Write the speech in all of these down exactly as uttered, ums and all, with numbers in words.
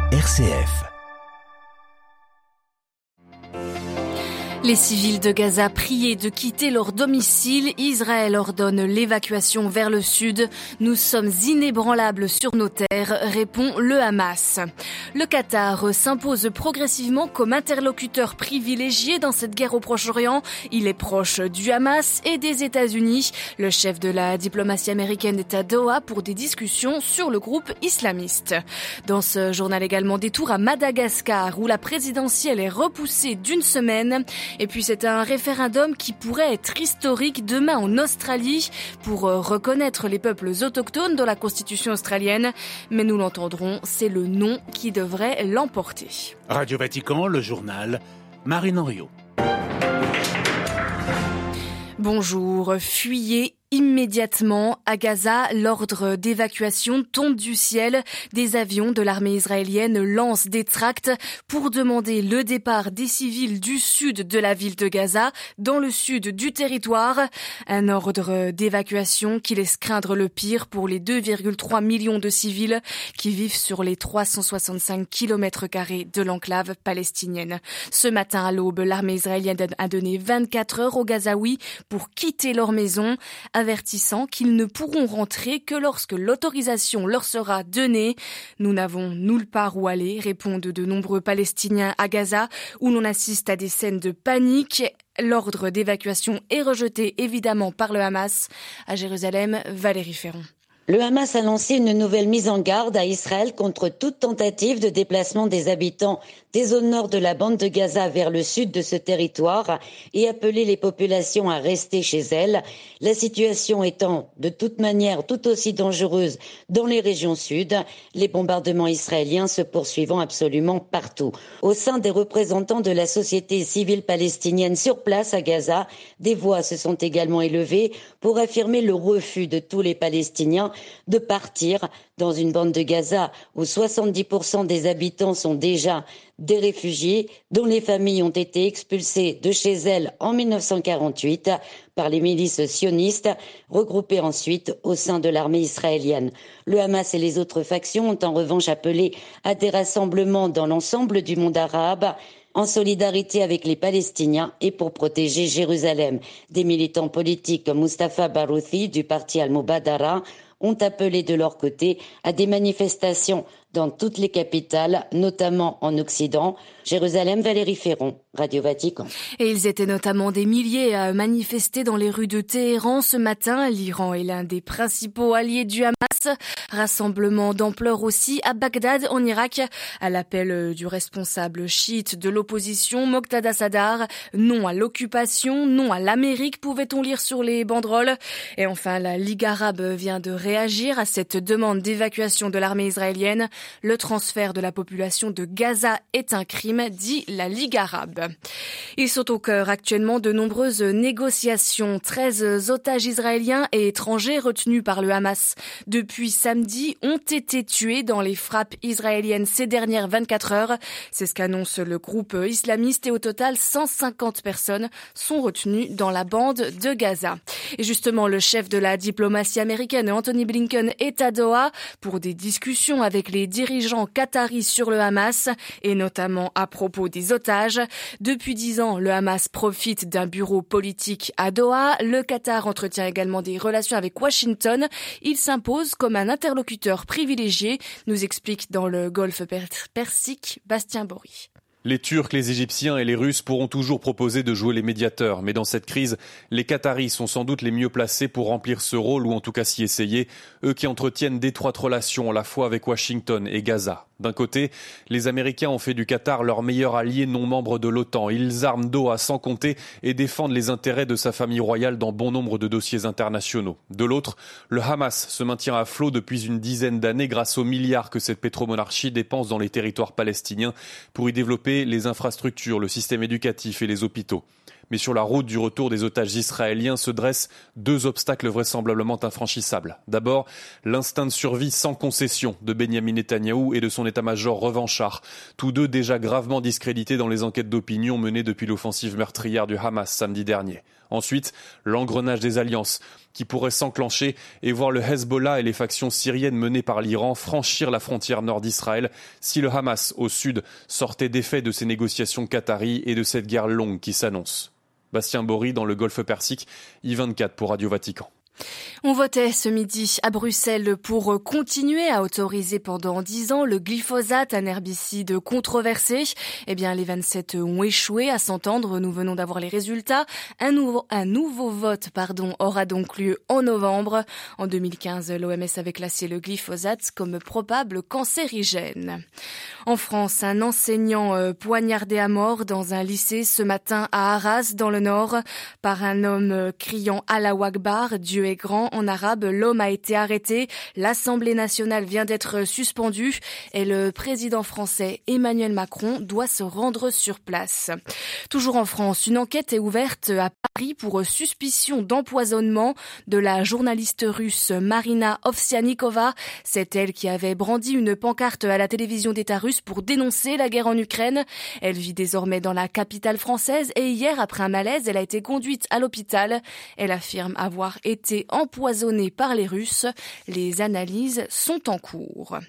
R C F. Les civils de Gaza priés de quitter leur domicile. Israël ordonne l'évacuation vers le sud. Nous sommes inébranlables sur nos terres, répond le Hamas. Le Qatar s'impose progressivement comme interlocuteur privilégié dans cette guerre au Proche-Orient. Il est proche du Hamas et des États-Unis. Le chef de la diplomatie américaine est à Doha pour des discussions sur le groupe islamiste. Dans ce journal également, des tours à Madagascar où la présidentielle est repoussée d'une semaine. Et puis c'est un référendum qui pourrait être historique demain en Australie pour reconnaître les peuples autochtones dans la constitution australienne. Mais nous l'entendrons, c'est le non qui devrait l'emporter. Radio Vatican, le journal, Marine Henriot. Bonjour, fuyez immédiatement à Gaza. L'ordre d'évacuation tombe du ciel. Des avions de l'armée israélienne lancent des tracts pour demander le départ des civils du sud de la ville de Gaza, dans le sud du territoire. Un ordre d'évacuation qui laisse craindre le pire pour les deux virgule trois millions de civils qui vivent sur les trois cent soixante-cinq kilomètres carrés de l'enclave palestinienne. Ce matin à l'aube, l'armée israélienne a donné vingt-quatre heures aux Gazaouis pour quitter leur maison, avertissant qu'ils ne pourront rentrer que lorsque l'autorisation leur sera donnée. Nous n'avons nulle part où aller, répondent de nombreux Palestiniens à Gaza, où l'on assiste à des scènes de panique. L'ordre d'évacuation est rejeté évidemment par le Hamas. À Jérusalem, Valérie Ferron. Le Hamas a lancé une nouvelle mise en garde à Israël contre toute tentative de déplacement des habitants des zones nord de la bande de Gaza vers le sud de ce territoire et appelé les populations à rester chez elles. La situation étant de toute manière tout aussi dangereuse dans les régions sud, les bombardements israéliens se poursuivant absolument partout. Au sein des représentants de la société civile palestinienne sur place à Gaza, des voix se sont également élevées pour affirmer le refus de tous les Palestiniens de partir dans une bande de Gaza où soixante-dix pour cent des habitants sont déjà des réfugiés dont les familles ont été expulsées de chez elles en mille neuf cent quarante-huit par les milices sionistes, regroupées ensuite au sein de l'armée israélienne. Le Hamas et les autres factions ont en revanche appelé à des rassemblements dans l'ensemble du monde arabe en solidarité avec les Palestiniens et pour protéger Jérusalem. Des militants politiques comme Mustafa Barouthi du parti Al-Mubadara ont appelé de leur côté à des manifestations dans toutes les capitales, notamment en Occident. Jérusalem, Valérie Ferron, Radio Vatican. Et ils étaient notamment des milliers à manifester dans les rues de Téhéran ce matin. L'Iran est l'un des principaux alliés du Hamas. Rassemblement d'ampleur aussi à Bagdad, en Irak, à l'appel du responsable chiite de l'opposition, Moqtada Sadar. Non à l'occupation, non à l'Amérique, pouvait-on lire sur les banderoles. Et enfin, la Ligue arabe vient de réagir à cette demande d'évacuation de l'armée israélienne. Le transfert de la population de Gaza est un crime, dit la Ligue arabe. Ils sont au cœur actuellement de nombreuses négociations. treize otages israéliens et étrangers retenus par le Hamas depuis samedi ont été tués dans les frappes israéliennes ces dernières vingt-quatre heures. C'est ce qu'annonce le groupe islamiste et au total cent cinquante personnes sont retenues dans la bande de Gaza. Et justement, le chef de la diplomatie américaine, Anthony Blinken, est à Doha pour des discussions avec les dirigeants qataris sur le Hamas et notamment à propos des otages. Depuis dix ans, le Hamas profite d'un bureau politique à Doha. Le Qatar entretient également des relations avec Washington. Il s'impose comme un interlocuteur privilégié, nous explique dans le Golfe Persique Bastien Bory. Les Turcs, les Égyptiens et les Russes pourront toujours proposer de jouer les médiateurs. Mais dans cette crise, les Qataris sont sans doute les mieux placés pour remplir ce rôle ou en tout cas s'y essayer. Eux qui entretiennent d'étroites relations à la fois avec Washington et Gaza. D'un côté, les Américains ont fait du Qatar leur meilleur allié non membre de l'OTAN. Ils arment Doha sans compter et défendent les intérêts de sa famille royale dans bon nombre de dossiers internationaux. De l'autre, le Hamas se maintient à flot depuis une dizaine d'années grâce aux milliards que cette pétromonarchie dépense dans les territoires palestiniens pour y développer les infrastructures, le système éducatif et les hôpitaux. Mais sur la route du retour des otages israéliens se dressent deux obstacles vraisemblablement infranchissables. D'abord, l'instinct de survie sans concession de Benyamin Netanyahou et de son état-major revanchard, tous deux déjà gravement discrédités dans les enquêtes d'opinion menées depuis l'offensive meurtrière du Hamas samedi dernier. Ensuite, l'engrenage des alliances qui pourrait s'enclencher et voir le Hezbollah et les factions syriennes menées par l'Iran franchir la frontière nord d'Israël si le Hamas au sud sortait défait de ces négociations qataries et de cette guerre longue qui s'annonce. Bastien Bory dans le Golfe Persique, I vingt-quatre pour Radio Vatican. On votait ce midi à Bruxelles pour continuer à autoriser pendant dix ans le glyphosate, un herbicide controversé. Eh bien, les vingt-sept ont échoué à s'entendre. Nous venons d'avoir les résultats. Un nouveau, un nouveau vote, pardon, aura donc lieu en novembre. En deux mille quinze, l'O M S avait classé le glyphosate comme probable cancérigène. En France, un enseignant euh, poignardé à mort dans un lycée ce matin à Arras, dans le Nord, par un homme euh, criant Allahu Akbar, Dieu est grand. En arabe, l'homme a été arrêté. L'Assemblée nationale vient d'être suspendue et le président français Emmanuel Macron doit se rendre sur place. Toujours en France, une enquête est ouverte à Paris pour suspicion d'empoisonnement de la journaliste russe Marina Ovsianikova. C'est elle qui avait brandi une pancarte à la télévision d'État russe pour dénoncer la guerre en Ukraine. Elle vit désormais dans la capitale française et hier, après un malaise, elle a été conduite à l'hôpital. Elle affirme avoir été empoisonnée par les Russes. Les analyses sont en cours.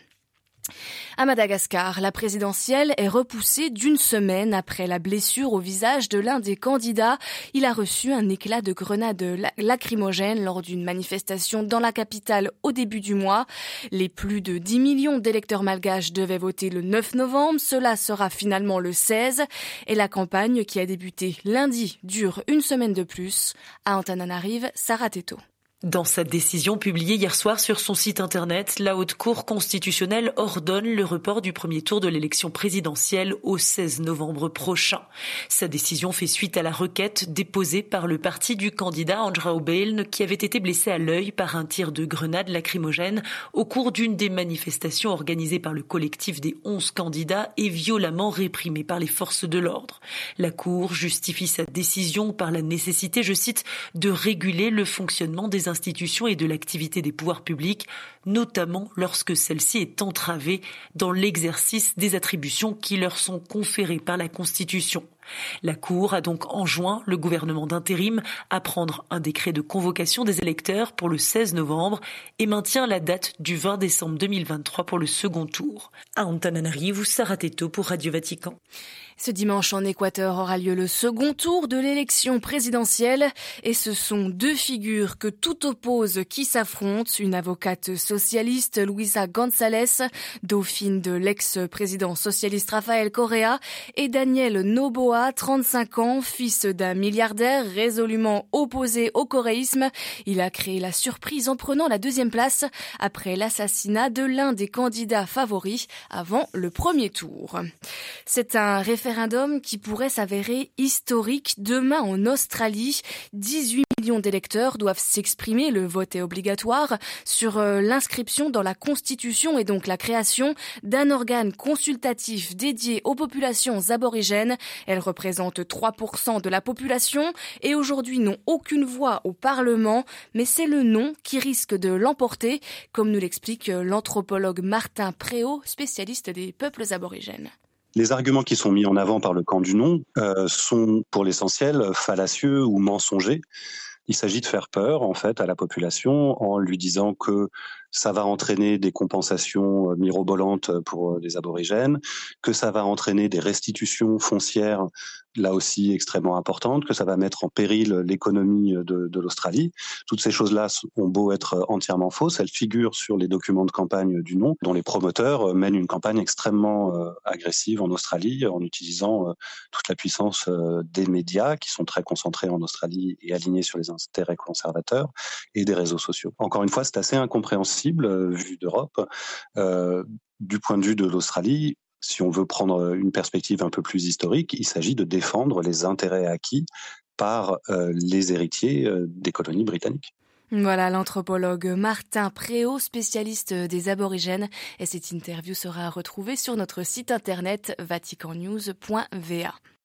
À Madagascar, la présidentielle est repoussée d'une semaine après la blessure au visage de l'un des candidats. Il a reçu un éclat de grenade lacrymogène lors d'une manifestation dans la capitale au début du mois. Les plus de dix millions d'électeurs malgaches devaient voter le neuf novembre. Cela sera finalement le seize. Et la campagne, qui a débuté lundi, dure une semaine de plus. À Antananarive, Sarah Teto. Dans sa décision publiée hier soir sur son site internet, la Haute Cour constitutionnelle ordonne le report du premier tour de l'élection présidentielle au seize novembre prochain. Sa décision fait suite à la requête déposée par le parti du candidat Andrao Bailne qui avait été blessé à l'œil par un tir de grenade lacrymogène au cours d'une des manifestations organisées par le collectif des onze candidats et violemment réprimée par les forces de l'ordre. La Cour justifie sa décision par la nécessité, je cite, de réguler le fonctionnement des institutions et de l'activité des pouvoirs publics, notamment lorsque celle-ci est entravée dans l'exercice des attributions qui leur sont conférées par la Constitution. La Cour a donc enjoint le gouvernement d'intérim à prendre un décret de convocation des électeurs pour le seize novembre et maintient la date du vingt décembre deux mille vingt-trois pour le second tour. À Antananarivo, Sarah Teto pour Radio Vatican. Ce dimanche en Équateur aura lieu le second tour de l'élection présidentielle et ce sont deux figures que tout oppose qui s'affrontent. Une avocate socialiste, Luisa González, dauphine de l'ex-président socialiste Rafael Correa, et Daniel Noboa, trente-cinq ans, fils d'un milliardaire résolument opposé au coréisme. Il a créé la surprise en prenant la deuxième place après l'assassinat de l'un des candidats favoris avant le premier tour. C'est un référendum référendum qui pourrait s'avérer historique demain en Australie. dix-huit millions d'électeurs doivent s'exprimer, le vote est obligatoire, sur euh, l'inscription dans la Constitution et donc la création d'un organe consultatif dédié aux populations aborigènes. Elles représentent trois pour cent de la population et aujourd'hui n'ont aucune voix au Parlement, mais c'est le non qui risque de l'emporter, comme nous l'explique l'anthropologue Martin Préau, spécialiste des peuples aborigènes. Les arguments qui sont mis en avant par le camp du non euh, sont pour l'essentiel fallacieux ou mensongers. Il s'agit de faire peur en fait à la population en lui disant que ça va entraîner des compensations mirobolantes pour les aborigènes, que ça va entraîner des restitutions foncières là aussi extrêmement importantes, que ça va mettre en péril l'économie de, de l'Australie. Toutes ces choses-là ont beau être entièrement fausses, elles figurent sur les documents de campagne du non, dont les promoteurs mènent une campagne extrêmement euh, agressive en Australie en utilisant euh, toute la puissance euh, des médias qui sont très concentrés en Australie et alignés sur les intérêts conservateurs et des réseaux sociaux. Encore une fois, c'est assez incompréhensible euh, vu d'Europe. Euh, du point de vue de l'Australie, si on veut prendre une perspective un peu plus historique, il s'agit de défendre les intérêts acquis par euh, les héritiers euh, des colonies britanniques. Voilà l'anthropologue Martin Préau, spécialiste des aborigènes. Et cette interview sera retrouvée sur notre site internet vatican news point v a.